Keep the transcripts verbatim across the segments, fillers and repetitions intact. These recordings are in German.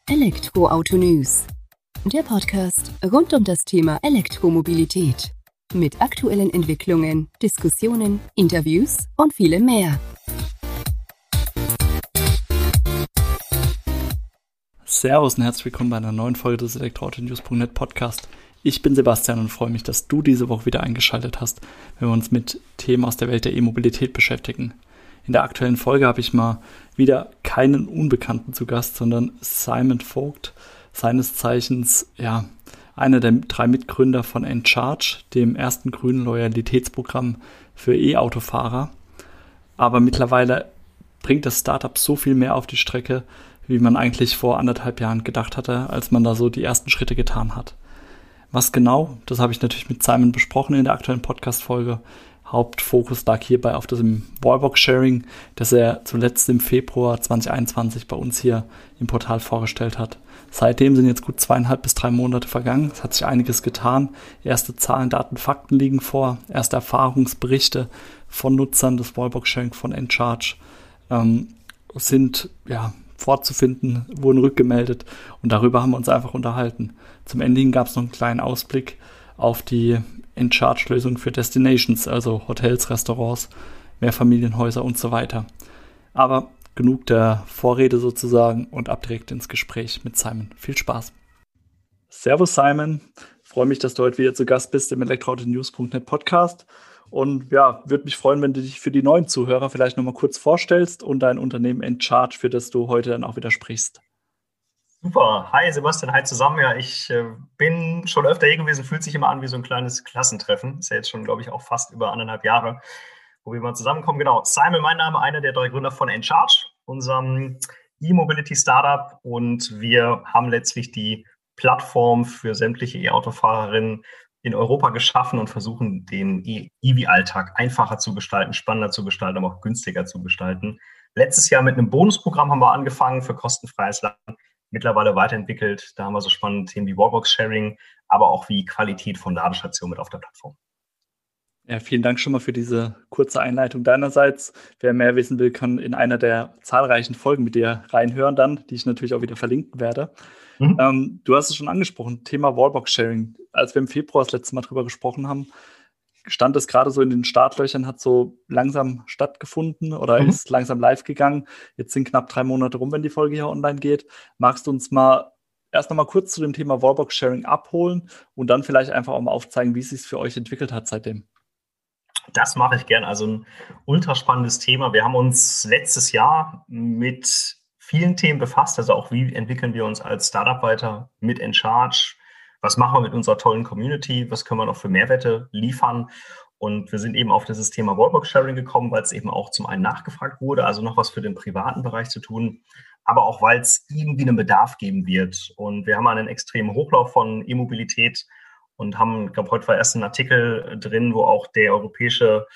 Elektroauto News, der Podcast rund um das Thema Elektromobilität. Mit aktuellen Entwicklungen, Diskussionen, Interviews und vielem mehr. Servus und herzlich willkommen bei einer neuen Folge des Elektroauto-News punkt net Podcast. Ich bin Sebastian und freue mich, dass du diese Woche wieder eingeschaltet hast, wenn wir uns mit Themen aus der Welt der E-Mobilität beschäftigen. In der aktuellen Folge habe ich mal wieder keinen Unbekannten zu Gast, sondern Simon Vogt, seines Zeichens ja einer der drei Mitgründer von Encharge, dem ersten grünen Loyalitätsprogramm für E-Autofahrer. Aber mittlerweile bringt das Startup so viel mehr auf die Strecke, wie man eigentlich vor anderthalb Jahren gedacht hatte, als man da so die ersten Schritte getan hat. Was genau, das habe ich natürlich mit Simon besprochen in der aktuellen Podcast-Folge. Hauptfokus lag hierbei auf das Wallbox-Sharing, das er zuletzt im Februar zwanzig einundzwanzig bei uns hier im Portal vorgestellt hat. Seitdem sind jetzt gut zweieinhalb bis drei Monate vergangen. Es hat sich einiges getan. Erste Zahlen, Daten, Fakten liegen vor. Erste Erfahrungsberichte von Nutzern des Wallbox-Sharing von Encharge ähm, sind ja vorzufinden, wurden rückgemeldet und darüber haben wir uns einfach unterhalten. Zum Ende hin gab es noch einen kleinen Ausblick auf die Encharge-Lösung für Destinations, also Hotels, Restaurants, Mehrfamilienhäuser und so weiter. Aber genug der Vorrede sozusagen und ab direkt ins Gespräch mit Simon. Viel Spaß. Servus Simon, freue mich, dass du heute wieder zu Gast bist im Elektroauto News punkt net Podcast. Und ja, würde mich freuen, wenn du dich für die neuen Zuhörer vielleicht nochmal kurz vorstellst und dein Unternehmen Encharge, für das du heute dann auch wieder sprichst. Super. Hi Sebastian, hi zusammen. Ja, ich äh, bin schon öfter hier gewesen, fühlt sich immer an wie so ein kleines Klassentreffen. Ist ja jetzt schon, glaube ich, auch fast über anderthalb Jahre, wo wir mal zusammenkommen. Genau, Simon, mein Name, einer der drei Gründer von Encharge, unserem E-Mobility-Startup. Und wir haben letztlich die Plattform für sämtliche E-Autofahrerinnen in Europa geschaffen und versuchen, den E V-Alltag einfacher zu gestalten, spannender zu gestalten, aber auch günstiger zu gestalten. Letztes Jahr mit einem Bonusprogramm haben wir angefangen für kostenfreies Laden. Mittlerweile weiterentwickelt. Da haben wir so spannende Themen wie Wallbox-Sharing, aber auch wie Qualität von Ladestationen mit auf der Plattform. Ja, vielen Dank schon mal für diese kurze Einleitung deinerseits. Wer mehr wissen will, kann in einer der zahlreichen Folgen mit dir reinhören dann, die ich natürlich auch wieder verlinken werde. Mhm. Ähm, du hast es schon angesprochen, Thema Wallbox-Sharing. Als wir im Februar das letzte Mal drüber gesprochen haben, stand es gerade so in den Startlöchern, hat so langsam stattgefunden oder mhm. ist langsam live gegangen. Jetzt sind knapp drei Monate rum, wenn die Folge hier online geht. Magst du uns mal erst noch mal kurz zu dem Thema Wallbox-Sharing abholen und dann vielleicht einfach auch mal aufzeigen, wie es sich für euch entwickelt hat seitdem? Das mache ich gern. Also ein ultra spannendes Thema. Wir haben uns letztes Jahr mit vielen Themen befasst. Also auch, wie entwickeln wir uns als Startup weiter mit Encharge? Was machen wir mit unserer tollen Community? Was können wir noch für Mehrwerte liefern? Und wir sind eben auf dieses Thema Wallbox-Sharing gekommen, weil es eben auch zum einen nachgefragt wurde, also noch was für den privaten Bereich zu tun, aber auch, weil es irgendwie einen Bedarf geben wird. Und wir haben einen extremen Hochlauf von E-Mobilität und haben, ich glaube, heute war erst ein Artikel drin, wo auch der europäische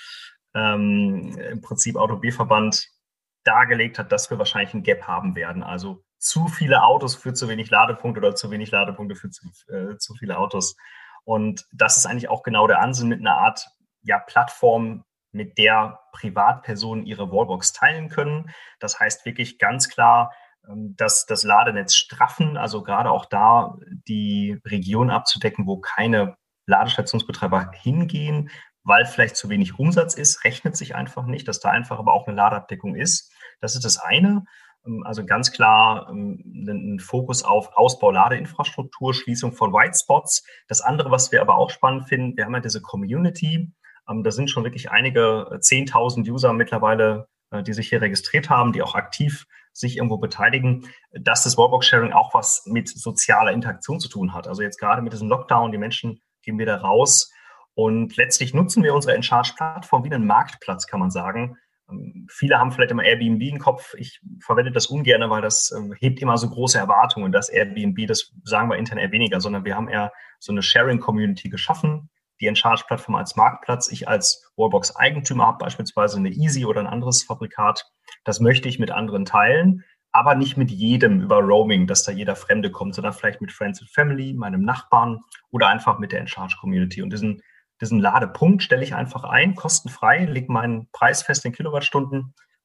ähm, im Prinzip Automobilverband dargelegt hat, dass wir wahrscheinlich ein Gap haben werden. Also zu viele Autos für zu wenig Ladepunkte oder zu wenig Ladepunkte für zu, äh, zu viele Autos. Und das ist eigentlich auch genau der Ansinn mit einer Art ja, Plattform, mit der Privatpersonen ihre Wallbox teilen können. Das heißt wirklich ganz klar, dass das Ladenetz straffen, also gerade auch da die Region abzudecken, wo keine Ladestationsbetreiber hingehen, weil vielleicht zu wenig Umsatz ist, rechnet sich einfach nicht, dass da einfach aber auch eine Ladeabdeckung ist. Das ist das eine. Also ganz klar ein Fokus auf Ausbau Ladeinfrastruktur, Schließung von White Spots. Das andere, was wir aber auch spannend finden, wir haben ja diese Community. Da sind schon wirklich einige zehntausend User mittlerweile, die sich hier registriert haben, die auch aktiv sich irgendwo beteiligen, dass das Wallbox-Sharing auch was mit sozialer Interaktion zu tun hat. Also jetzt gerade mit diesem Lockdown, die Menschen gehen wieder raus und letztlich nutzen wir unsere Encharge-Plattform wie einen Marktplatz, kann man sagen. Ähm, viele haben vielleicht immer Airbnb im Kopf. Ich verwende das ungern, weil das ähm, hebt immer so große Erwartungen. Das Airbnb, das sagen wir intern eher weniger, sondern wir haben eher so eine Sharing-Community geschaffen, die Encharge-Plattform als Marktplatz. Ich als Wallbox-Eigentümer habe beispielsweise eine Easy oder ein anderes Fabrikat. Das möchte ich mit anderen teilen, aber nicht mit jedem über Roaming, dass da jeder Fremde kommt, sondern vielleicht mit Friends and Family, meinem Nachbarn oder einfach mit der Encharge-Community. Und diesen, diesen Ladepunkt stelle ich einfach ein, kostenfrei, lege meinen Preis fest in Kilowattstunden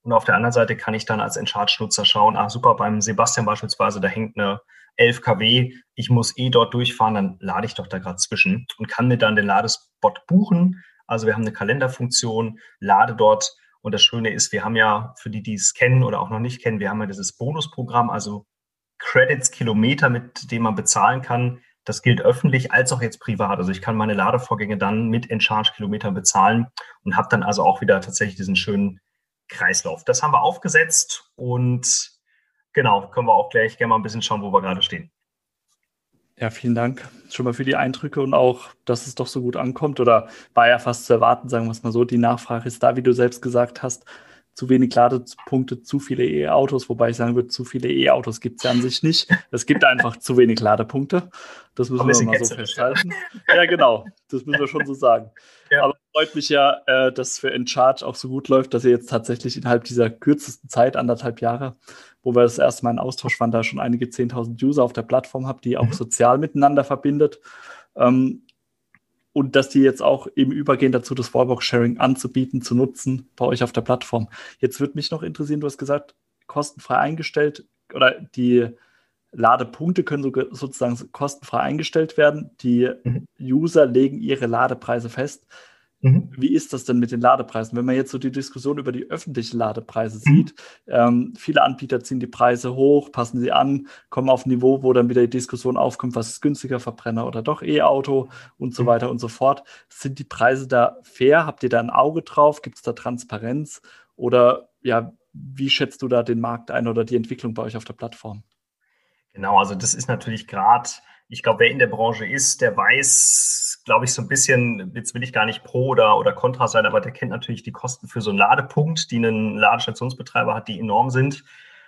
Und auf der anderen Seite kann ich dann als Encharge-Nutzer schauen, ah super, beim Sebastian beispielsweise, da hängt eine elf Kilowatt, ich muss eh dort durchfahren, dann lade ich doch da gerade zwischen und kann mir dann den Ladespot buchen. Also wir haben eine Kalenderfunktion, lade dort. Und das Schöne ist, wir haben ja, für die, die es kennen oder auch noch nicht kennen, wir haben ja dieses Bonusprogramm, also Credits, Kilometer, mit denen man bezahlen kann. Das gilt öffentlich als auch jetzt privat. Also ich kann meine Ladevorgänge dann mit Encharge-Kilometern bezahlen und habe dann also auch wieder tatsächlich diesen schönen Kreislauf. Das haben wir aufgesetzt und genau, können wir auch gleich gerne mal ein bisschen schauen, wo wir gerade stehen. Ja, vielen Dank schon mal für die Eindrücke und auch, dass es doch so gut ankommt oder war ja fast zu erwarten, sagen wir es mal so. Die Nachfrage ist da, wie du selbst gesagt hast, zu wenig Ladepunkte, zu viele E-Autos, wobei ich sagen würde, zu viele E-Autos gibt es ja an sich nicht. Es gibt einfach zu wenig Ladepunkte. Das müssen wir mal so festhalten. Ja. ja, genau. Das müssen wir schon so sagen. Ja. Aber es freut mich ja, äh, dass es für Encharge auch so gut läuft, dass ihr jetzt tatsächlich innerhalb dieser kürzesten Zeit, anderthalb Jahre, wo wir das erste Mal in Austausch waren, da schon einige zehntausend User auf der Plattform habt, die auch mhm. sozial miteinander verbindet. Ähm, Und dass die jetzt auch eben übergehen dazu, das Wallbox-Sharing anzubieten, zu nutzen bei euch auf der Plattform. Jetzt würde mich noch interessieren, du hast gesagt, kostenfrei eingestellt oder die Ladepunkte können sozusagen kostenfrei eingestellt werden. Die mhm. User legen ihre Ladepreise fest. Mhm. Wie ist das denn mit den Ladepreisen? Wenn man jetzt so die Diskussion über die öffentlichen Ladepreise mhm. sieht, ähm, viele Anbieter ziehen die Preise hoch, passen sie an, kommen auf ein Niveau, wo dann wieder die Diskussion aufkommt, was ist günstiger, Verbrenner oder doch E-Auto und so mhm. weiter und so fort. Sind die Preise da fair? Habt ihr da ein Auge drauf? Gibt es da Transparenz? Oder ja, wie schätzt du da den Markt ein oder die Entwicklung bei euch auf der Plattform? Genau, also das ist natürlich gerade, ich glaube, wer in der Branche ist, der weiß, glaube ich, so ein bisschen, jetzt will ich gar nicht pro oder, oder contra sein, aber der kennt natürlich die Kosten für so einen Ladepunkt, die ein Ladestationsbetreiber hat, die enorm sind.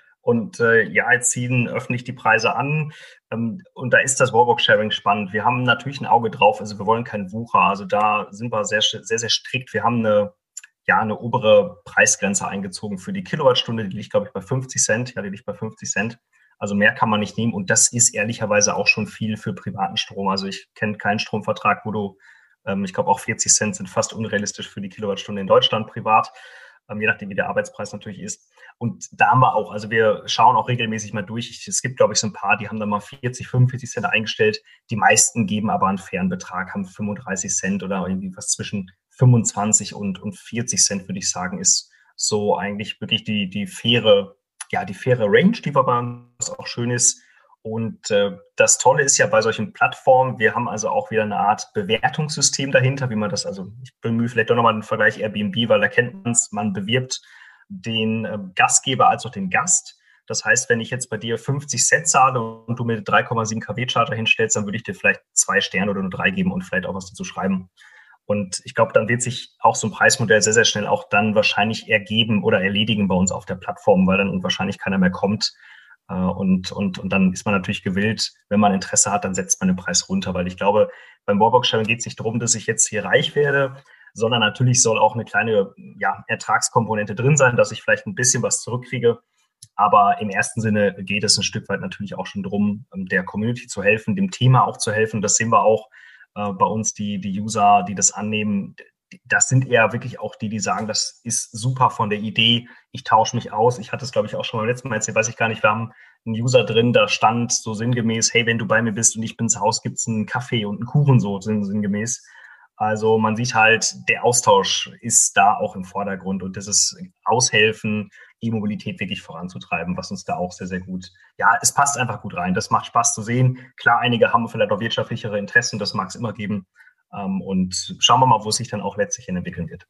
Und äh, ja, jetzt ziehen öffentlich die Preise an. Ähm, und da ist das Wallbox-Sharing spannend. Wir haben natürlich ein Auge drauf, also wir wollen keinen Wucher. Also da sind wir sehr, sehr, sehr strikt. Wir haben eine, ja, eine obere Preisgrenze eingezogen für die Kilowattstunde. Die liegt, glaube ich, bei fünfzig Cent. Ja, die liegt bei fünfzig Cent. Also mehr kann man nicht nehmen und das ist ehrlicherweise auch schon viel für privaten Strom. Also ich kenne keinen Stromvertrag, wo du, ähm, ich glaube auch vierzig Cent sind fast unrealistisch für die Kilowattstunde in Deutschland privat, ähm, je nachdem wie der Arbeitspreis natürlich ist. Und da haben wir auch, also wir schauen auch regelmäßig mal durch. Ich, es gibt, glaube ich, so ein paar, die haben da mal vierzig, fünfundvierzig Cent eingestellt. Die meisten geben aber einen fairen Betrag, haben fünfunddreißig Cent oder irgendwie was zwischen fünfundzwanzig und, und vierzig Cent, würde ich sagen, ist so eigentlich wirklich die, die faire ja, die faire Range, die wir bei uns auch schön ist. Und äh, das Tolle ist ja bei solchen Plattformen, wir haben also auch wieder eine Art Bewertungssystem dahinter, wie man das, also ich bemühe vielleicht doch nochmal den Vergleich Airbnb, weil da kennt man es, man bewirbt den äh, Gastgeber als auch den Gast. Das heißt, wenn ich jetzt bei dir fünfzig Cent zahle und du mir drei Komma sieben Kilowatt Charger hinstellst, dann würde ich dir vielleicht zwei Sterne oder nur drei geben und vielleicht auch was dazu schreiben. Und ich glaube, dann wird sich auch so ein Preismodell sehr, sehr schnell auch dann wahrscheinlich ergeben oder erledigen bei uns auf der Plattform, weil dann wahrscheinlich keiner mehr kommt. Und, und, und dann ist man natürlich gewillt, wenn man Interesse hat, dann setzt man den Preis runter. Weil ich glaube, beim Wallbox-Sharing geht es nicht darum, dass ich jetzt hier reich werde, sondern natürlich soll auch eine kleine ja, Ertragskomponente drin sein, dass ich vielleicht ein bisschen was zurückkriege. Aber im ersten Sinne geht es ein Stück weit natürlich auch schon darum, der Community zu helfen, dem Thema auch zu helfen. Das sehen wir auch bei uns, die, die User, die das annehmen, das sind eher wirklich auch die, die sagen, das ist super von der Idee, ich tausche mich aus. Ich hatte es, glaube ich, auch schon beim letzten Mal erzählt, weiß ich gar nicht, wir haben einen User drin, da stand so sinngemäß, hey, wenn du bei mir bist und ich bin zu Hause, gibt es einen Kaffee und einen Kuchen, so sinngemäß. Also man sieht halt, der Austausch ist da auch im Vordergrund und das ist Aushelfen, E-Mobilität wirklich voranzutreiben, was uns da auch sehr, sehr gut, ja, es passt einfach gut rein. Das macht Spaß zu sehen. Klar, einige haben vielleicht auch wirtschaftlichere Interessen, das mag es immer geben. Und schauen wir mal, wo es sich dann auch letztlich entwickeln wird.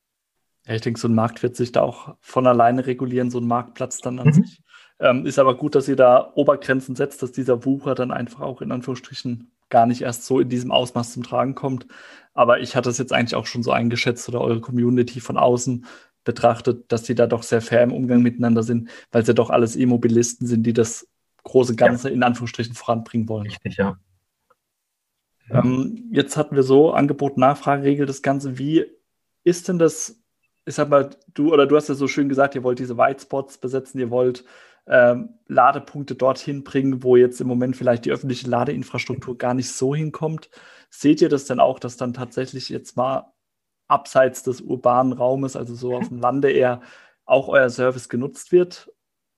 Ja, ich denke, so ein Markt wird sich da auch von alleine regulieren, so ein Marktplatz dann an mhm. sich. Ähm, ist aber gut, dass ihr da Obergrenzen setzt, dass dieser Wucher dann einfach auch in Anführungsstrichen gar nicht erst so in diesem Ausmaß zum Tragen kommt. Aber ich hatte es jetzt eigentlich auch schon so eingeschätzt oder eure Community von außen betrachtet, dass die da doch sehr fair im Umgang miteinander sind, weil es ja doch alles E-Mobilisten sind, die das große Ganze ja. in Anführungsstrichen voranbringen wollen. Richtig, ja. Ähm, jetzt hatten wir so Angebot, Nachfrage, regelt das Ganze. Wie ist denn das, ich sag mal, du oder du hast ja so schön gesagt, ihr wollt diese White Spots besetzen, ihr wollt ähm, Ladepunkte dorthin bringen, wo jetzt im Moment vielleicht die öffentliche Ladeinfrastruktur gar nicht so hinkommt. Seht ihr das denn auch, dass dann tatsächlich jetzt mal abseits des urbanen Raumes, also so auf dem Lande eher, auch euer Service genutzt wird?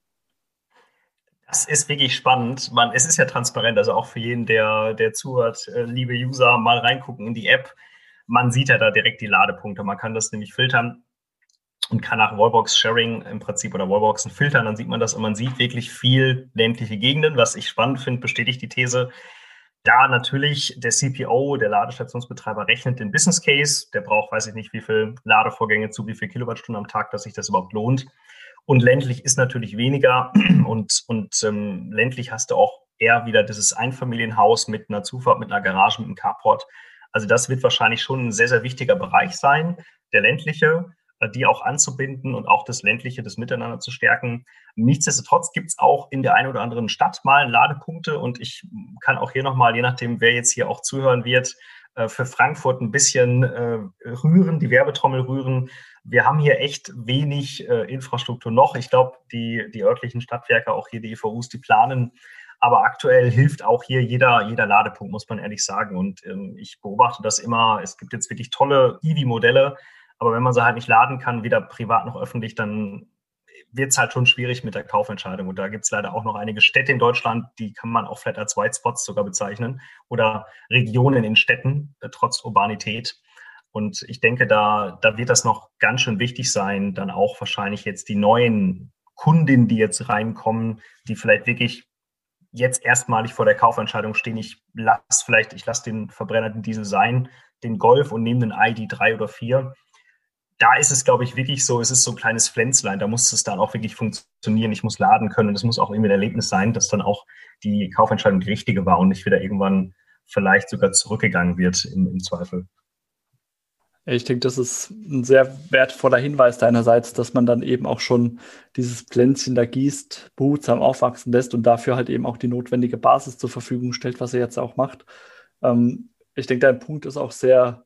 Das ist wirklich spannend. Man, es ist ja transparent, also auch für jeden, der, der zuhört, äh, liebe User, mal reingucken in die App. Man sieht ja da direkt die Ladepunkte. Man kann das nämlich filtern und kann nach Wallbox-Sharing im Prinzip oder Wallboxen filtern. Dann sieht man das und man sieht wirklich viel ländliche Gegenden. Was ich spannend finde, bestätigt die These, da natürlich der C P O, der Ladestationsbetreiber, rechnet den Business Case. Der braucht, weiß ich nicht, wie viele Ladevorgänge zu wie viel Kilowattstunden am Tag, dass sich das überhaupt lohnt. Und ländlich ist natürlich weniger und, und ähm, ländlich hast du auch eher wieder dieses Einfamilienhaus mit einer Zufahrt, mit einer Garage, mit einem Carport. Also das wird wahrscheinlich schon ein sehr, sehr wichtiger Bereich sein, der ländliche, die auch anzubinden und auch das ländliche, das Miteinander zu stärken. Nichtsdestotrotz gibt es auch in der einen oder anderen Stadt mal Ladepunkte und ich kann auch hier nochmal, je nachdem, wer jetzt hier auch zuhören wird, für Frankfurt ein bisschen rühren, die Werbetrommel rühren. Wir haben hier echt wenig äh, Infrastruktur noch. Ich glaube, die, die örtlichen Stadtwerke, auch hier die E V Us, die planen. Aber aktuell hilft auch hier jeder, jeder Ladepunkt, muss man ehrlich sagen. Und ähm, ich beobachte das immer. Es gibt jetzt wirklich tolle E V-Modelle. Aber wenn man sie halt nicht laden kann, weder privat noch öffentlich, dann wird es halt schon schwierig mit der Kaufentscheidung. Und da gibt es leider auch noch einige Städte in Deutschland, die kann man auch vielleicht als White Spots sogar bezeichnen. Oder Regionen in Städten, äh, trotz Urbanität. Und ich denke, da, da wird das noch ganz schön wichtig sein, dann auch wahrscheinlich jetzt die neuen Kundinnen, die jetzt reinkommen, die vielleicht wirklich jetzt erstmalig vor der Kaufentscheidung stehen. Ich lasse vielleicht, ich lasse den verbrennerten Diesel sein, den Golf und nehme den I D drei oder vier. Da ist es, glaube ich, wirklich so, es ist so ein kleines Pflänzlein, da muss es dann auch wirklich funktionieren. Ich muss laden können und es muss auch irgendwie ein Erlebnis sein, dass dann auch die Kaufentscheidung die richtige war und nicht wieder irgendwann vielleicht sogar zurückgegangen wird im, im Zweifel. Ich denke, das ist ein sehr wertvoller Hinweis deinerseits, dass man dann eben auch schon dieses Pflänzchen da gießt, behutsam aufwachsen lässt und dafür halt eben auch die notwendige Basis zur Verfügung stellt, was er jetzt auch macht. Ähm, ich denke, dein Punkt ist auch sehr,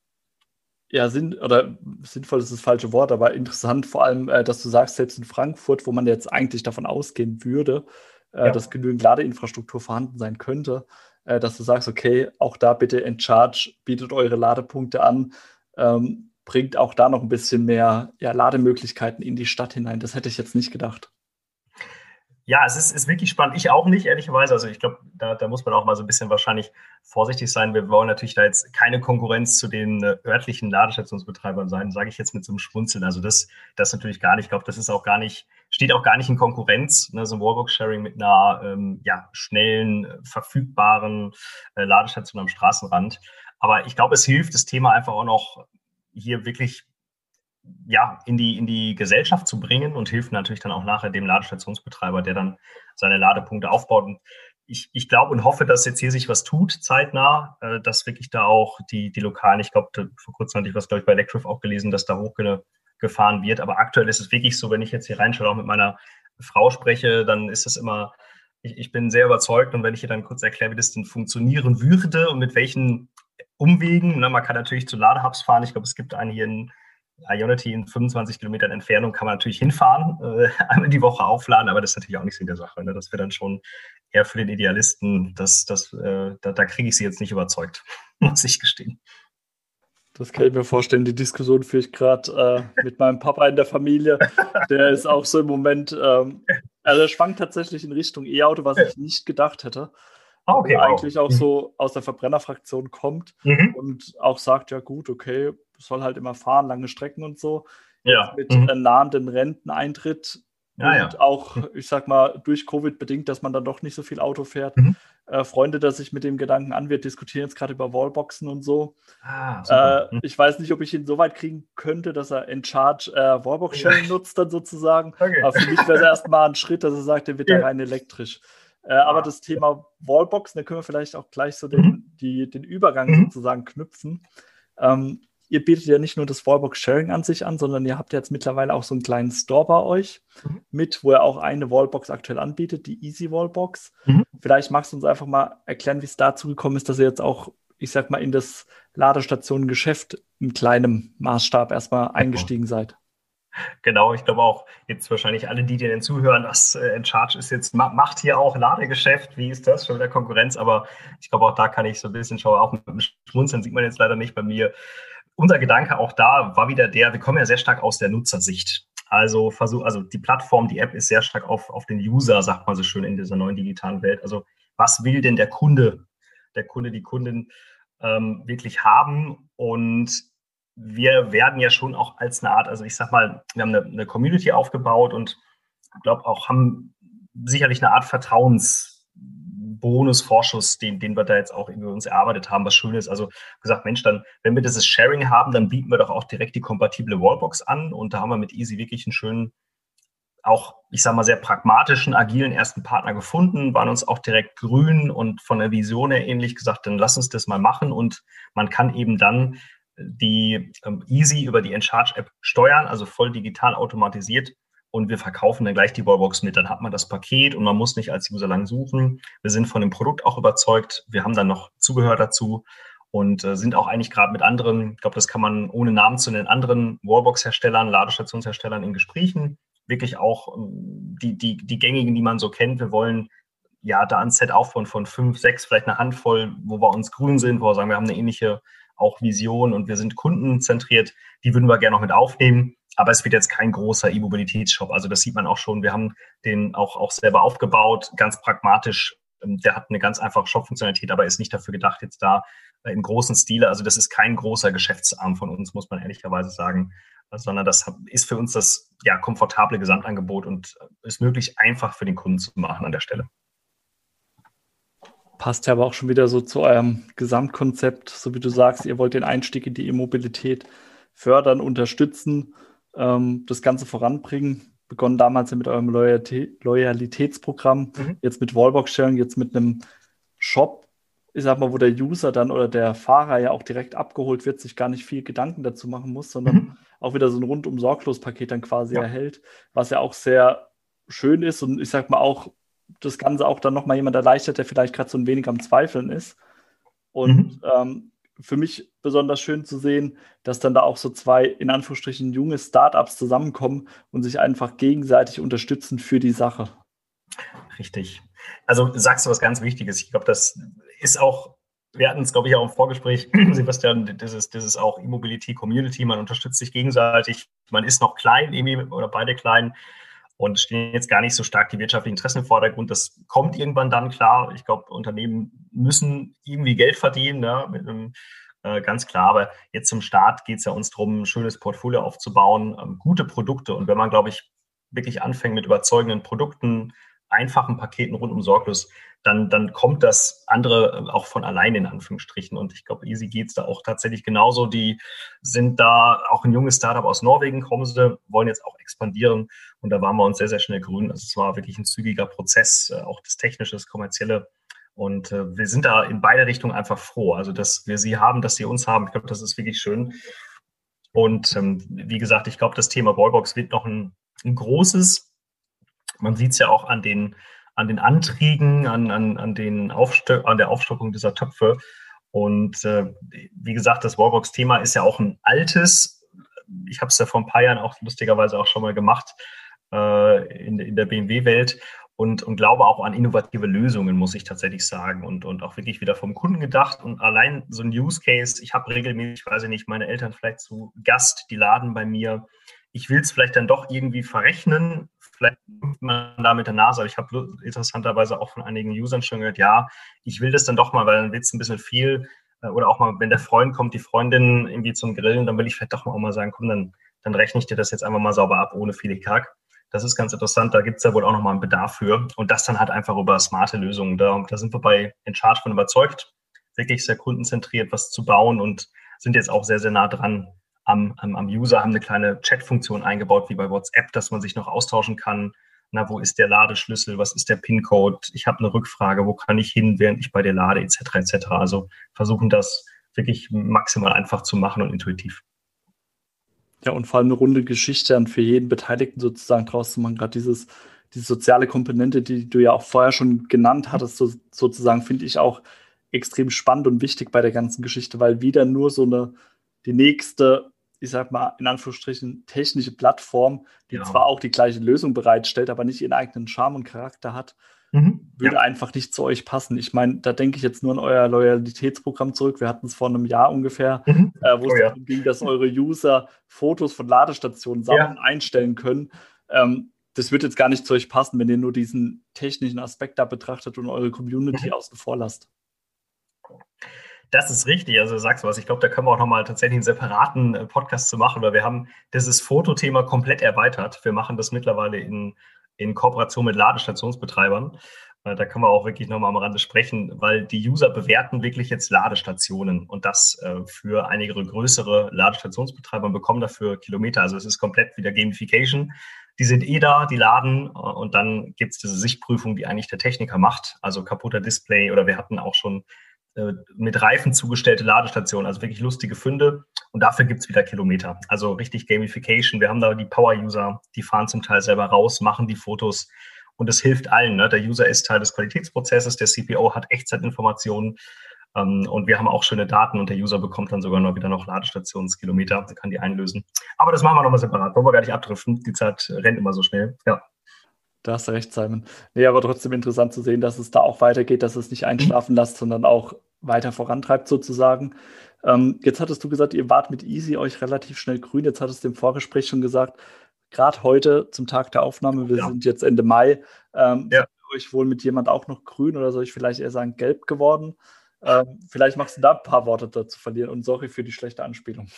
ja, sinn, oder sinnvoll ist das falsche Wort, aber interessant vor allem, äh, dass du sagst, selbst in Frankfurt, wo man jetzt eigentlich davon ausgehen würde, äh, ja. dass genügend Ladeinfrastruktur vorhanden sein könnte, äh, dass du sagst, okay, auch da bitte Encharge, bietet eure Ladepunkte an, Ähm, bringt auch da noch ein bisschen mehr ja, Lademöglichkeiten in die Stadt hinein. Das hätte ich jetzt nicht gedacht. Ja, es ist, ist wirklich spannend. Ich auch nicht, ehrlicherweise. Also ich glaube, da, da muss man auch mal so ein bisschen wahrscheinlich vorsichtig sein. Wir wollen natürlich da jetzt keine Konkurrenz zu den äh, örtlichen Ladestationsbetreibern sein, sage ich jetzt mit so einem Schmunzeln. Also das, das natürlich gar nicht. Ich glaube, das ist auch gar nicht, steht auch gar nicht in Konkurrenz, ne? So ein Wallbox-Sharing mit einer ähm, ja, schnellen, verfügbaren äh, Ladestation am Straßenrand. Aber ich glaube, es hilft, das Thema einfach auch noch hier wirklich ja, in die, in die Gesellschaft zu bringen und hilft natürlich dann auch nachher dem Ladestationsbetreiber, der dann seine Ladepunkte aufbaut. Und ich, ich glaube und hoffe, dass jetzt hier sich was tut, zeitnah, äh, dass wirklich da auch die, die Lokalen, ich glaube, vor kurzem hatte ich was, glaube ich, bei Electrif auch gelesen, dass da hochgefahren wird. Aber aktuell ist es wirklich so, wenn ich jetzt hier reinschaue, auch mit meiner Frau spreche, dann ist es immer, ich, ich bin sehr überzeugt. Und wenn ich hier dann kurz erkläre, wie das denn funktionieren würde und mit welchen Umwegen, ne, man kann natürlich zu Ladehubs fahren. Ich glaube, es gibt einen hier in Ionity in fünfundzwanzig Kilometern Entfernung, kann man natürlich hinfahren, äh, einmal die Woche aufladen, aber das ist natürlich auch nicht so in der Sache. Ne? Das wäre dann schon eher für den Idealisten, das, das, äh, da, da kriege ich sie jetzt nicht überzeugt, muss ich gestehen. Das kann ich mir vorstellen. Die Diskussion führe ich gerade äh, mit meinem Papa in der Familie. Der ist auch so im Moment, ähm, also er schwankt tatsächlich in Richtung E-Auto, was ich nicht gedacht hätte. Ah, okay, der wow. eigentlich auch so aus der Verbrennerfraktion kommt mhm. und auch sagt, ja gut, okay, soll halt immer fahren, lange Strecken und so. Ja. Mit mhm. äh, nahenden Renteneintritt ja, und ja. auch, ich sag mal, durch Covid bedingt, dass man dann doch nicht so viel Auto fährt. Mhm. Äh, Freunde, dass ich mit dem Gedanken an, wir diskutieren jetzt gerade über Wallboxen und so. Ah, super. Äh, mhm. Ich weiß nicht, ob ich ihn so weit kriegen könnte, dass er Encharge äh, Wallbox-Sharing ja. nutzt dann sozusagen. Okay. Aber für mich wäre es erstmal ein Schritt, dass er sagt, der wird ja. da rein elektrisch. Äh, aber das Thema Wallboxen, da können wir vielleicht auch gleich so den, mhm. die, den Übergang mhm. sozusagen knüpfen. Ähm, ihr bietet ja nicht nur das Wallbox-Sharing an sich an, sondern ihr habt jetzt mittlerweile auch so einen kleinen Store bei euch mhm. mit, wo ihr auch eine Wallbox aktuell anbietet, die Easy Wallbox. Mhm. Vielleicht magst du uns einfach mal erklären, wie es dazu gekommen ist, dass ihr jetzt auch, ich sag mal, in das Ladestationengeschäft in kleinem Maßstab erstmal eingestiegen seid. Genau, ich glaube auch jetzt wahrscheinlich alle, die dir zuhören, das äh, Encharge ist jetzt, ma- macht hier auch Ladegeschäft, wie ist das, schon wieder Konkurrenz, aber ich glaube auch da kann ich so ein bisschen schauen, auch mit dem Schmunzeln sieht man jetzt leider nicht bei mir. Unser Gedanke auch da war wieder der, wir kommen ja sehr stark aus der Nutzersicht. Also versuch, also die Plattform, die App ist sehr stark auf, auf den User, sagt man so schön in dieser neuen digitalen Welt. Also was will denn der Kunde, der Kunde, die Kundin ähm, wirklich haben? Und wir werden ja schon auch als eine Art, also ich sag mal, wir haben eine, eine Community aufgebaut und ich glaube auch haben sicherlich eine Art Vertrauensbonus, Vorschuss, den, den wir da jetzt auch über uns erarbeitet haben, was schön ist. Also gesagt, Mensch, dann, wenn wir dieses Sharing haben, dann bieten wir doch auch direkt die kompatible Wallbox an. Und da haben wir mit Easy wirklich einen schönen, auch, ich sage mal, sehr pragmatischen, agilen ersten Partner gefunden, waren uns auch direkt grün und von der Vision her ähnlich gesagt, dann lass uns das mal machen. Und man kann eben dann die ähm, Easy über die Encharge-App steuern, also voll digital automatisiert. Und wir verkaufen dann gleich die Wallbox mit. Dann hat man das Paket und man muss nicht als User lang suchen. Wir sind von dem Produkt auch überzeugt. Wir haben dann noch Zubehör dazu und äh, sind auch eigentlich gerade mit anderen, ich glaube, das kann man ohne Namen zu nennen, anderen Wallbox-Herstellern, Ladestationsherstellern in Gesprächen. Wirklich auch ähm, die, die, die gängigen, die man so kennt. Wir wollen ja da ein Set aufbauen von fünf, sechs, vielleicht eine Handvoll, wo wir uns grün sind, wo wir sagen, wir haben eine ähnliche auch Vision und wir sind kundenzentriert. Die würden wir gerne noch mit aufnehmen. Aber es wird jetzt kein großer E-Mobilitätsshop. Also das sieht man auch schon. Wir haben den auch, auch selber aufgebaut, ganz pragmatisch. Der hat eine ganz einfache Shop-Funktionalität, aber ist nicht dafür gedacht, jetzt da im großen Stile. Also das ist kein großer Geschäftsarm von uns, muss man ehrlicherweise sagen, sondern das ist für uns das ja komfortable Gesamtangebot und ist möglich einfach für den Kunden zu machen an der Stelle. Passt ja aber auch schon wieder so zu eurem Gesamtkonzept, so wie du sagst, ihr wollt den Einstieg in die E-Mobilität fördern, unterstützen, ähm, das Ganze voranbringen. Begonnen damals mit eurem Loyalität, Loyalitätsprogramm, mhm. jetzt mit Wallbox-Sharing, jetzt mit einem Shop, ich sag mal, wo der User dann oder der Fahrer ja auch direkt abgeholt wird, sich gar nicht viel Gedanken dazu machen muss, sondern mhm. auch wieder so ein rundum sorglos Paket dann quasi ja. erhält, was ja auch sehr schön ist und ich sag mal auch das Ganze auch dann nochmal jemand erleichtert, der vielleicht gerade so ein wenig am Zweifeln ist. Und mhm. ähm, für mich besonders schön zu sehen, dass dann da auch so zwei, in Anführungsstrichen, junge Startups zusammenkommen und sich einfach gegenseitig unterstützen für die Sache. Richtig. Also sagst du was ganz Wichtiges. Ich glaube, das ist auch, wir hatten es, glaube ich, auch im Vorgespräch, Sebastian, das ist, das ist auch E-Mobility-Community, man unterstützt sich gegenseitig, man ist noch klein, irgendwie, oder beide klein, und stehen jetzt gar nicht so stark die wirtschaftlichen Interessen im Vordergrund. Das kommt irgendwann dann, klar. Ich glaube, Unternehmen müssen irgendwie Geld verdienen, ja, mit einem, äh, ganz klar. Aber jetzt zum Start geht es ja uns darum, ein schönes Portfolio aufzubauen, ähm, gute Produkte. Und wenn man, glaube ich, wirklich anfängt mit überzeugenden Produkten, einfachen Paketen rundum sorglos, dann, dann kommt das andere auch von allein in Anführungsstrichen. Und ich glaube, Easy geht's da auch tatsächlich genauso. Die sind da auch ein junges Startup aus Norwegen, kommen sie, wollen jetzt auch expandieren. Und da waren wir uns sehr, sehr schnell grün. Also es war wirklich ein zügiger Prozess, auch das Technische, das Kommerzielle. Und äh, wir sind da in beide Richtungen einfach froh. Also, dass wir sie haben, dass sie uns haben. Ich glaube, das ist wirklich schön. Und ähm, wie gesagt, ich glaube, das Thema Wallbox wird noch ein, ein großes. Man sieht es ja auch an den, an den Anträgen, an, an, an, den Aufsto- an der Aufstockung dieser Töpfe. Und äh, wie gesagt, das Wallbox-Thema ist ja auch ein altes. Ich habe es ja vor ein paar Jahren auch lustigerweise auch schon mal gemacht äh, in, in der B M W-Welt und, und glaube auch an innovative Lösungen, muss ich tatsächlich sagen. Und, und auch wirklich wieder vom Kunden gedacht. Und allein so ein Use Case, ich habe regelmäßig, weiß ich nicht, meine Eltern vielleicht zu Gast, die laden bei mir. Ich will es vielleicht dann doch irgendwie verrechnen, vielleicht man da mit der Nase, aber ich habe interessanterweise auch von einigen Usern schon gehört, ja, ich will das dann doch mal, weil dann wird es ein bisschen viel, oder auch mal, wenn der Freund kommt, die Freundin irgendwie zum Grillen, dann will ich vielleicht doch mal auch mal sagen, komm, dann, dann rechne ich dir das jetzt einfach mal sauber ab, ohne viel Hickhack. Das ist ganz interessant, da gibt es ja wohl auch nochmal einen Bedarf für und das dann halt einfach über smarte Lösungen. Da, da sind wir bei Encharge von überzeugt, wirklich sehr kundenzentriert was zu bauen und sind jetzt auch sehr, sehr nah dran am, am, am User, haben eine kleine Chat-Funktion eingebaut, wie bei WhatsApp, dass man sich noch austauschen kann. Na, wo ist der Ladeschlüssel? Was ist der PIN-Code? Ich habe eine Rückfrage, wo kann ich hin, während ich bei dir lade, et cetera et cetera. Also versuchen das wirklich maximal einfach zu machen und intuitiv. Ja, und vor allem eine runde Geschichte dann für jeden Beteiligten sozusagen draus zu machen. Gerade dieses, diese soziale Komponente, die du ja auch vorher schon genannt hattest, so, sozusagen, finde ich auch extrem spannend und wichtig bei der ganzen Geschichte, weil wieder nur so eine, die nächste, ich sag mal, in Anführungsstrichen technische Plattform, die ja. zwar auch die gleiche Lösung bereitstellt, aber nicht ihren eigenen Charme und Charakter hat, Mhm. würde Ja. einfach nicht zu euch passen. Ich meine, da denke ich jetzt nur an euer Loyalitätsprogramm zurück. Wir hatten es vor einem Jahr ungefähr, Mhm. äh, wo Oh es ja. darum ging, dass eure User Fotos von Ladestationen sammeln, Ja. einstellen können. Ähm, das wird jetzt gar nicht zu euch passen, wenn ihr nur diesen technischen Aspekt da betrachtet und eure Community Mhm. außen vor lasst. Das ist richtig, also sagst du was. Ich glaube, da können wir auch nochmal tatsächlich einen separaten äh, Podcast zu machen, weil wir haben dieses Fotothema komplett erweitert. Wir machen das mittlerweile in, in Kooperation mit Ladestationsbetreibern. Äh, da können wir auch wirklich nochmal am Rande sprechen, weil die User bewerten wirklich jetzt Ladestationen und das äh, für einige größere Ladestationsbetreiber und bekommen dafür Kilometer. Also es ist komplett wieder Gamification. Die sind eh da, die laden äh, und dann gibt es diese Sichtprüfung, die eigentlich der Techniker macht. Also kaputter Display oder wir hatten auch schon mit Reifen zugestellte Ladestationen, also wirklich lustige Funde. Und dafür gibt es wieder Kilometer. Also richtig Gamification. Wir haben da die Power-User, die fahren zum Teil selber raus, machen die Fotos. Und das hilft allen. Ne? Der User ist Teil des Qualitätsprozesses, der C P O hat Echtzeitinformationen. Ähm, und wir haben auch schöne Daten und der User bekommt dann sogar noch wieder noch Ladestationskilometer, kann die einlösen. Aber das machen wir nochmal separat, wollen wir gar nicht abdriften. Die Zeit rennt immer so schnell. Ja. Da hast du recht, Simon. Nee, aber trotzdem interessant zu sehen, dass es da auch weitergeht, dass es nicht einschlafen lässt, sondern auch weiter vorantreibt sozusagen. Ähm, jetzt hattest du gesagt, ihr wart mit Easy euch relativ schnell grün. Jetzt hattest du im Vorgespräch schon gesagt, gerade heute zum Tag der Aufnahme, wir Ja. sind jetzt Ende Mai, ähm, Ja. seid ihr euch wohl mit jemand auch noch grün oder soll ich vielleicht eher sagen gelb geworden? Ähm, vielleicht magst du da ein paar Worte dazu verlieren und sorry für die schlechte Anspielung.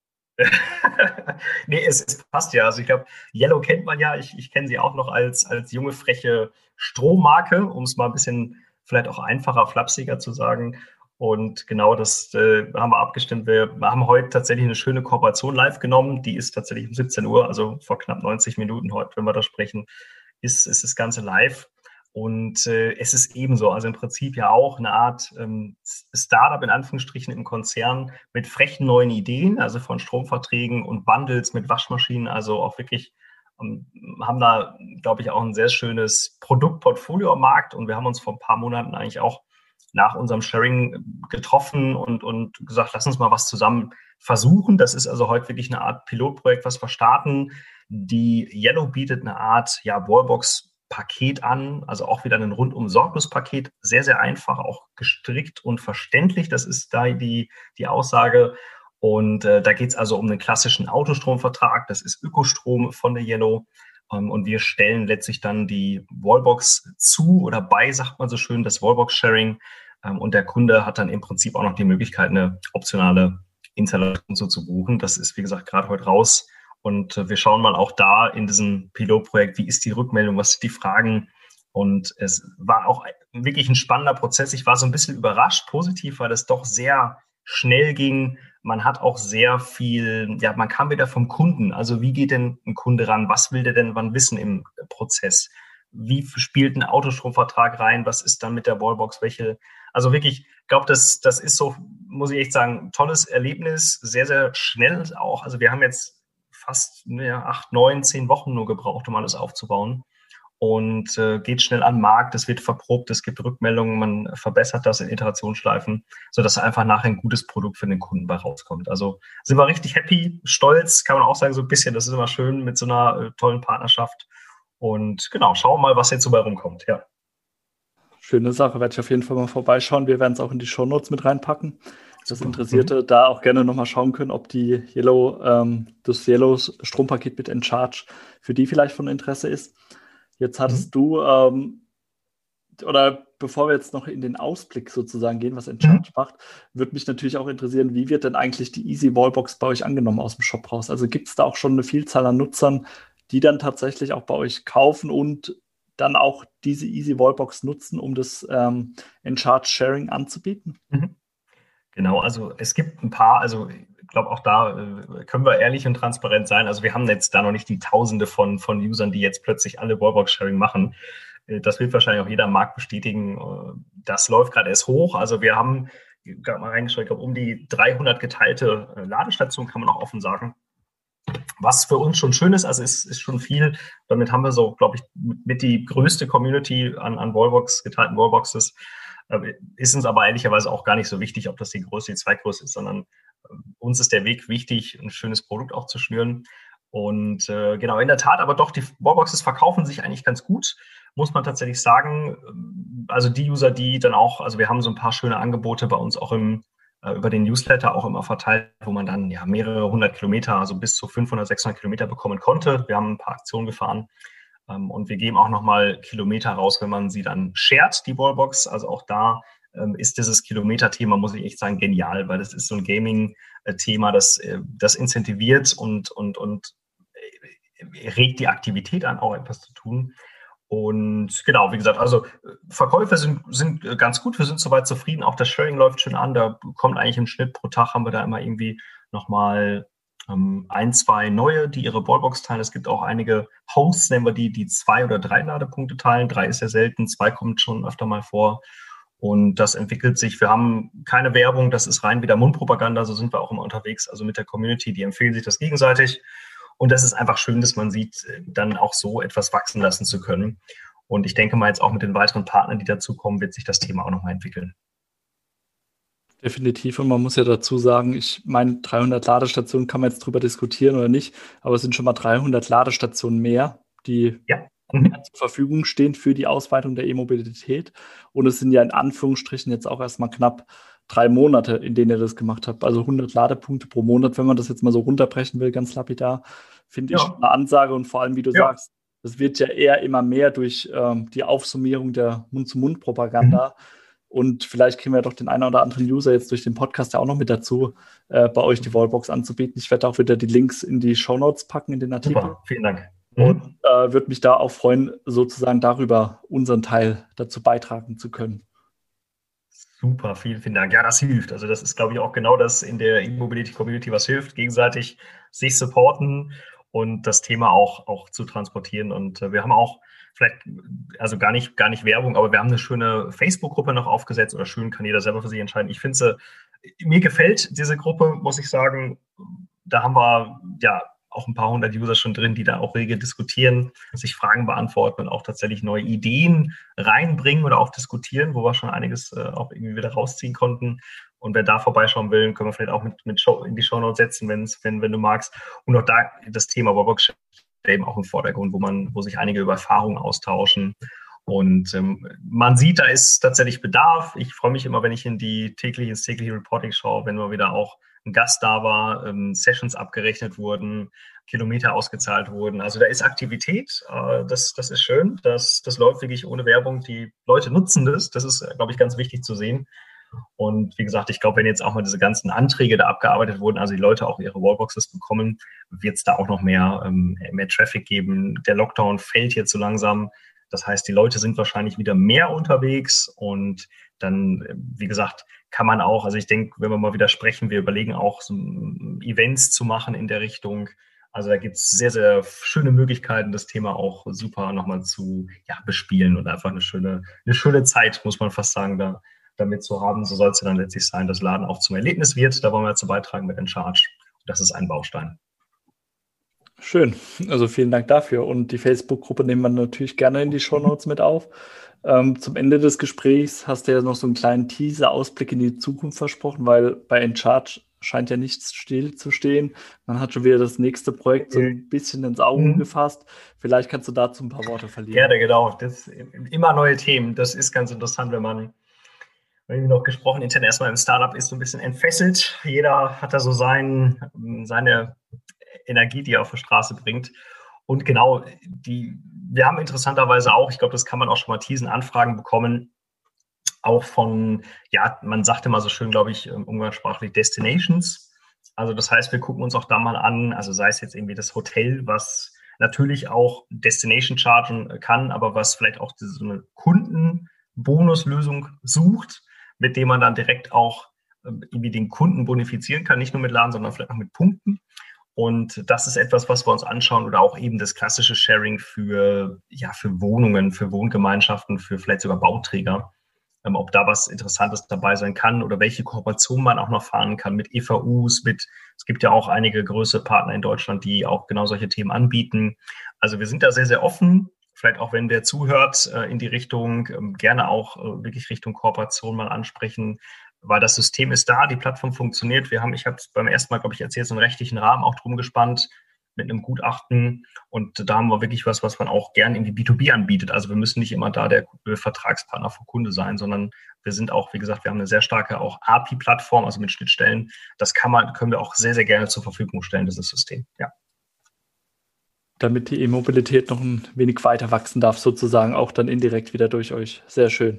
Nee, es, es passt ja. Also ich glaube, Yellow kennt man ja. Ich, ich kenne sie auch noch als, als junge, freche Strommarke, um es mal ein bisschen vielleicht auch einfacher, flapsiger zu sagen. Und genau das äh, haben wir abgestimmt. Wir haben heute tatsächlich eine schöne Kooperation live genommen. Die ist tatsächlich um siebzehn Uhr, also vor knapp neunzig Minuten heute, wenn wir da sprechen, ist, ist das Ganze live. Und äh, es ist ebenso, also im Prinzip ja auch eine Art ähm, Startup in Anführungsstrichen im Konzern mit frechen neuen Ideen, also von Stromverträgen und Bundles mit Waschmaschinen, also auch wirklich ähm, haben da, glaube ich, auch ein sehr schönes Produktportfolio am Markt und wir haben uns vor ein paar Monaten eigentlich auch nach unserem Sharing getroffen und, und gesagt, lass uns mal was zusammen versuchen. Das ist also heute wirklich eine Art Pilotprojekt, was wir starten. Die Yellow bietet eine Art ja, Wallbox Paket an, also auch wieder ein rundum sorglos Paket, sehr, sehr einfach, auch gestrickt und verständlich. Das ist da die, die Aussage. Und äh, da geht es also um einen klassischen Autostromvertrag. Das ist Ökostrom von der Yellow. Ähm, und wir stellen letztlich dann die Wallbox zu oder bei, sagt man so schön, das Wallbox-Sharing. Ähm, und der Kunde hat dann im Prinzip auch noch die Möglichkeit, eine optionale Installation so zu buchen. Das ist, wie gesagt, gerade heute raus. Und wir schauen mal auch da in diesem Pilotprojekt, wie ist die Rückmeldung, was sind die Fragen. Und es war auch wirklich ein spannender Prozess. Ich war so ein bisschen überrascht, positiv, weil es doch sehr schnell ging. Man hat auch sehr viel, ja, man kam wieder vom Kunden. Also wie geht denn ein Kunde ran? Was will der denn wann wissen im Prozess? Wie spielt ein Autostromvertrag rein? Was ist dann mit der Wallbox? Welche? Also wirklich, ich glaube, das, das ist so, muss ich echt sagen, tolles Erlebnis. Sehr, sehr schnell auch. Also wir haben jetzt fast ja, acht, neun, zehn Wochen nur gebraucht, um alles aufzubauen. Und äh, geht schnell an den Markt, es wird verprobt, es gibt Rückmeldungen, man verbessert das in Iterationsschleifen, sodass einfach nachher ein gutes Produkt für den Kunden bei rauskommt. Also sind wir richtig happy, stolz, kann man auch sagen, so ein bisschen, das ist immer schön mit so einer äh, tollen Partnerschaft. Und genau, schauen wir mal, was jetzt so bei rumkommt, ja. Schöne Sache, werde ich auf jeden Fall mal vorbeischauen. Wir werden es auch in die Shownotes mit reinpacken, dass Super. Interessierte mhm. da auch gerne nochmal schauen können, ob die Yellow, ähm, das Yellow Strompaket mit Encharge für die vielleicht von Interesse ist. Jetzt hattest mhm. du, ähm, oder bevor wir jetzt noch in den Ausblick sozusagen gehen, was Encharge mhm. macht, würde mich natürlich auch interessieren, wie wird denn eigentlich die Easy Wallbox bei euch angenommen aus dem Shop raus? Also gibt es da auch schon eine Vielzahl an Nutzern, die dann tatsächlich auch bei euch kaufen und dann auch diese Easy Wallbox nutzen, um das ähm, Encharge Sharing anzubieten? Mhm. Genau, also es gibt ein paar, also ich glaube auch da äh, können wir ehrlich und transparent sein. Also wir haben jetzt da noch nicht die Tausende von, von Usern, die jetzt plötzlich alle Wallbox-Sharing machen. Äh, das wird wahrscheinlich auch jeder am Markt bestätigen. Äh, das läuft gerade erst hoch. Also wir haben gerade mal reingeschaut, ich glaube um die dreihundert geteilte äh, Ladestationen, kann man auch offen sagen. Was für uns schon schön ist, also es ist schon viel. Damit haben wir so, glaube ich, mit die größte Community an, an Wallbox, geteilten Wallboxes. Äh, ist uns aber ehrlicherweise auch gar nicht so wichtig, ob das die Größe, die Zweitgröße ist, sondern äh, uns ist der Weg wichtig, ein schönes Produkt auch zu schnüren. Und äh, genau, in der Tat, aber doch, die Wallboxes verkaufen sich eigentlich ganz gut, muss man tatsächlich sagen. Also die User, die dann auch, also wir haben so ein paar schöne Angebote bei uns auch im, äh, über den Newsletter auch immer verteilt, wo man dann ja mehrere hundert Kilometer, also bis zu fünfhundert, sechshundert Kilometer bekommen konnte. Wir haben ein paar Aktionen gefahren ähm, und wir geben auch nochmal Kilometer raus, wenn man sie dann shared, die Wallbox. Also auch da ähm, ist dieses Kilometer-Thema, muss ich echt sagen, genial, weil das ist so ein Gaming-Thema, das, äh, das incentiviert und, und, und regt die Aktivität an, auch etwas zu tun. Und genau, wie gesagt, also Verkäufe sind, sind ganz gut, wir sind soweit zufrieden, auch das Sharing läuft schön an, da kommt eigentlich im Schnitt pro Tag, haben wir da immer irgendwie nochmal ähm, ein, zwei neue, die ihre Wallbox teilen. Es gibt auch einige Hosts, nennen wir die, die zwei oder drei Ladepunkte teilen, drei ist ja selten, zwei kommt schon öfter mal vor. Und das entwickelt sich. Wir haben keine Werbung, das ist rein wieder Mundpropaganda, so sind wir auch immer unterwegs, also mit der Community, die empfehlen sich das gegenseitig. Und das ist einfach schön, dass man sieht, dann auch so etwas wachsen lassen zu können. Und ich denke mal jetzt auch mit den weiteren Partnern, die dazukommen, wird sich das Thema auch nochmal entwickeln. Definitiv. Und man muss ja dazu sagen, ich meine, dreihundert Ladestationen kann man jetzt drüber diskutieren oder nicht, aber es sind schon mal dreihundert Ladestationen mehr, die ja. mhm. zur Verfügung stehen für die Ausweitung der E-Mobilität. Und es sind ja in Anführungsstrichen jetzt auch erstmal knapp drei Monate, in denen ihr das gemacht habt. Also hundert Ladepunkte pro Monat, wenn man das jetzt mal so runterbrechen will, ganz lapidar, finde ja. ich eine Ansage. Und vor allem, wie du ja. sagst, das wird ja eher immer mehr durch ähm, die Aufsummierung der Mund-zu-Mund-Propaganda. Mhm. Und vielleicht kriegen wir doch den einen oder anderen User jetzt durch den Podcast ja auch noch mit dazu, äh, bei euch die Wallbox anzubieten. Ich werde auch wieder die Links in die Shownotes packen, in den Artikel. Super, vielen Dank. Und äh, würde mich da auch freuen, sozusagen darüber unseren Teil dazu beitragen zu können. Super, vielen, vielen Dank. Ja, das hilft. Also das ist, glaube ich, auch genau das in der E-Mobility-Community, was hilft, gegenseitig sich supporten und das Thema auch, auch zu transportieren. Und äh, wir haben auch vielleicht, also gar nicht, gar nicht Werbung, aber wir haben eine schöne Facebook-Gruppe noch aufgesetzt, oder schön, kann jeder selber für sich entscheiden. Ich finde sie, mir gefällt diese Gruppe, muss ich sagen. Da haben wir, ja, auch ein paar hundert User schon drin, die da auch rege diskutieren, sich Fragen beantworten und auch tatsächlich neue Ideen reinbringen oder auch diskutieren, wo wir schon einiges äh, auch irgendwie wieder rausziehen konnten. Und wer da vorbeischauen will, können wir vielleicht auch mit, mit Show, in die Shownotes setzen, wenn's, wenn, wenn du magst. Und auch da das Thema Wallbox eben auch im Vordergrund, wo man, wo sich einige über Erfahrungen austauschen. Und ähm, man sieht, da ist tatsächlich Bedarf. Ich freue mich immer, wenn ich in die tägliche, ins tägliche Reporting schaue, wenn wir wieder auch ein Gast da war, ähm, Sessions abgerechnet wurden, Kilometer ausgezahlt wurden. Also da ist Aktivität, äh, das, das ist schön, das, das läuft wirklich ohne Werbung. Die Leute nutzen das, das ist, glaube ich, ganz wichtig zu sehen. Und wie gesagt, ich glaube, wenn jetzt auch mal diese ganzen Anträge da abgearbeitet wurden, also die Leute auch ihre Wallboxes bekommen, wird es da auch noch mehr, ähm, mehr Traffic geben. Der Lockdown fällt jetzt so langsam. Das heißt, die Leute sind wahrscheinlich wieder mehr unterwegs und dann, wie gesagt, kann man auch, also ich denke, wenn wir mal wieder sprechen, wir überlegen auch so Events zu machen in der Richtung. Also da gibt es sehr, sehr schöne Möglichkeiten, das Thema auch super nochmal zu ja, bespielen und einfach eine schöne, eine schöne Zeit, muss man fast sagen, da damit zu haben. So soll es ja dann letztlich sein, dass Laden auch zum Erlebnis wird. Da wollen wir dazu beitragen mit Encharge. Das ist ein Baustein. Schön, also vielen Dank dafür. Und die Facebook-Gruppe nehmen wir natürlich gerne in die Shownotes mit auf. Ähm, zum Ende des Gesprächs hast du ja noch so einen kleinen Teaser-Ausblick in die Zukunft versprochen, weil bei Encharge scheint ja nichts still zu stehen. Man hat schon wieder das nächste Projekt so ein bisschen ins Auge mhm. gefasst. Vielleicht kannst du dazu ein paar Worte verlieren. Gerne, genau. Das, immer neue Themen. Das ist ganz interessant, wenn man, wenn wir noch gesprochen, intern erstmal im Startup ist, so ein bisschen entfesselt. Jeder hat da so sein, seine Energie, die er auf die Straße bringt. Und genau, die, wir haben interessanterweise auch, ich glaube, das kann man auch schon mal teasen, Anfragen bekommen, auch von, ja, man sagte mal so schön, glaube ich, umgangssprachlich Destinations. Also das heißt, wir gucken uns auch da mal an, also sei es jetzt irgendwie das Hotel, was natürlich auch Destination chargen kann, aber was vielleicht auch so eine Kundenbonuslösung sucht, mit dem man dann direkt auch irgendwie den Kunden bonifizieren kann, nicht nur mit Laden, sondern vielleicht auch mit Punkten. Und das ist etwas, was wir uns anschauen, oder auch eben das klassische Sharing für, ja, für Wohnungen, für Wohngemeinschaften, für vielleicht sogar Bauträger. Ähm, ob da was Interessantes dabei sein kann oder welche Kooperation man auch noch fahren kann mit E V Us, mit, es gibt ja auch einige größere Partner in Deutschland, die auch genau solche Themen anbieten. Also wir sind da sehr, sehr offen. Vielleicht auch, wenn wer zuhört, äh, in die Richtung, ähm, gerne auch äh, wirklich Richtung Kooperation mal ansprechen. Weil das System ist da, die Plattform funktioniert. Wir haben, ich habe es beim ersten Mal, glaube ich, erzählt, so einen rechtlichen Rahmen auch drum gespannt. mit einem Gutachten. Und da haben wir wirklich was, was man auch gern in die B zwei B anbietet. Also wir müssen nicht immer da der Vertragspartner für Kunde sein, sondern wir sind auch, wie gesagt, wir haben eine sehr starke auch A P I-Plattform, also mit Schnittstellen. Das kann man, können wir auch sehr, sehr gerne zur Verfügung stellen, dieses System. Ja. Damit die E-Mobilität noch ein wenig weiter wachsen darf, sozusagen auch dann indirekt wieder durch euch. Sehr schön.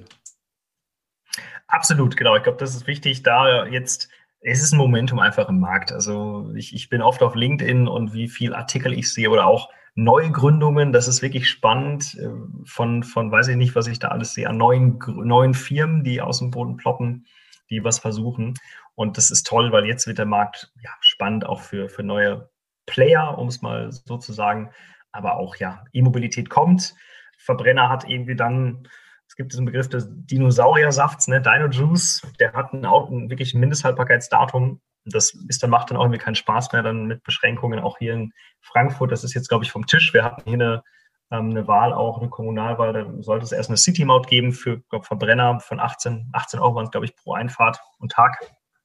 Absolut, genau. Ich glaube, das ist wichtig, da jetzt, es ist ein Momentum einfach im Markt. Also ich, ich bin oft auf LinkedIn und wie viel Artikel ich sehe oder auch Neugründungen, das ist wirklich spannend von, von weiß ich nicht, was ich da alles sehe, an neuen, neuen Firmen, die aus dem Boden ploppen, die was versuchen. Und das ist toll, weil jetzt wird der Markt ja, spannend auch für, für neue Player, um es mal so zu sagen, aber auch, ja, E-Mobilität kommt. Verbrenner hat irgendwie dann, es gibt diesen Begriff des Dinosaurier-Safts, ne, Dino-Juice, der hat ein, ein wirklich ein Mindesthaltbarkeitsdatum. Das ist dann, macht dann auch irgendwie keinen Spaß mehr, dann mit Beschränkungen, auch hier in Frankfurt, das ist jetzt, glaube ich, vom Tisch. Wir hatten hier eine, ähm, eine Wahl, auch eine Kommunalwahl, da sollte es erst eine City-Maut geben für glaub, Verbrenner von achtzehn, achtzehn Euro waren es, glaube ich, pro Einfahrt und Tag.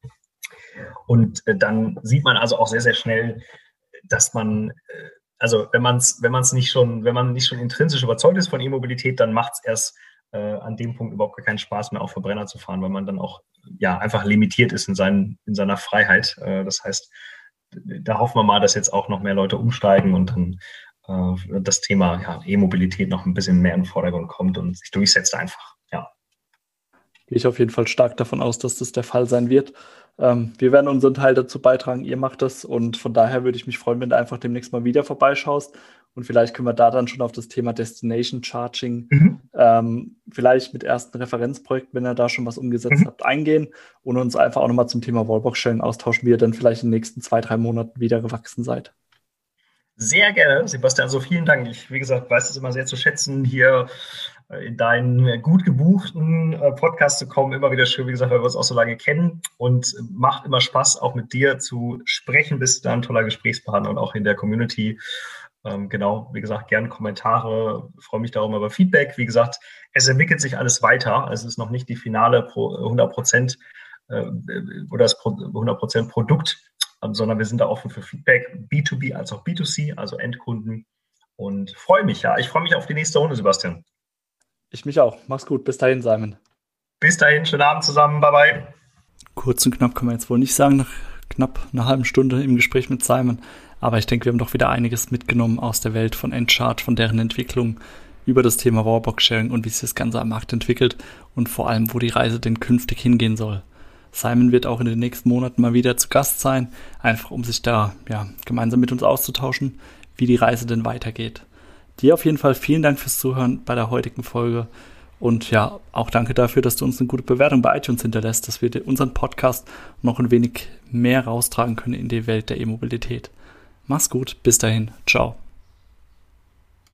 Und äh, dann sieht man also auch sehr, sehr schnell, dass man, also wenn man es wenn man es nicht schon, wenn man nicht schon intrinsisch überzeugt ist von E-Mobilität, dann macht es erst äh, an dem Punkt überhaupt keinen Spaß mehr, auf Verbrenner zu fahren, weil man dann auch ja einfach limitiert ist in, seinen, in seiner Freiheit. Äh, das heißt, da hoffen wir mal, dass jetzt auch noch mehr Leute umsteigen und dann äh, das Thema ja, E-Mobilität noch ein bisschen mehr in den Vordergrund kommt und sich durchsetzt einfach. Ja. Gehe ich auf jeden Fall stark davon aus, dass das der Fall sein wird. Ähm, wir werden unseren Teil dazu beitragen, ihr macht das und von daher würde ich mich freuen, wenn du einfach demnächst mal wieder vorbeischaust und vielleicht können wir da dann schon auf das Thema Destination Charging mhm. ähm, vielleicht mit ersten Referenzprojekten, wenn ihr da schon was umgesetzt mhm. habt, eingehen und uns einfach auch nochmal zum Thema Wallbox-Sharing austauschen, wie ihr dann vielleicht in den nächsten zwei, drei Monaten wieder gewachsen seid. Sehr gerne, Sebastian. Also vielen Dank. Ich, wie gesagt, weiß es immer sehr zu schätzen, hier in deinen gut gebuchten Podcast zu kommen. Immer wieder schön, wie gesagt, weil wir uns auch so lange kennen und macht immer Spaß, auch mit dir zu sprechen. Bist da ein toller Gesprächspartner und auch in der Community. Ähm, genau, wie gesagt, gerne Kommentare. Ich freue mich da auch immer über Feedback. Wie gesagt, es entwickelt sich alles weiter. Es ist noch nicht die finale hundert Prozent äh, oder das hundert Prozent Produkt, sondern wir sind da offen für Feedback, B zwei B als auch B zwei C, also Endkunden. Und freue mich, ja. Ich freue mich auf die nächste Runde, Sebastian. Ich mich auch. Mach's gut. Bis dahin, Simon. Bis dahin. Schönen Abend zusammen. Bye-bye. Kurz und knapp kann man jetzt wohl nicht sagen, nach knapp einer halben Stunde im Gespräch mit Simon. Aber ich denke, wir haben doch wieder einiges mitgenommen aus der Welt von Encharge, von deren Entwicklung, über das Thema Wallbox-Sharing und wie sich das Ganze am Markt entwickelt und vor allem, wo die Reise denn künftig hingehen soll. Simon wird auch in den nächsten Monaten mal wieder zu Gast sein, einfach um sich da ja, gemeinsam mit uns auszutauschen, wie die Reise denn weitergeht. Dir auf jeden Fall vielen Dank fürs Zuhören bei der heutigen Folge und ja, auch danke dafür, dass du uns eine gute Bewertung bei iTunes hinterlässt, dass wir unseren Podcast noch ein wenig mehr raustragen können in die Welt der E-Mobilität. Mach's gut, bis dahin, ciao.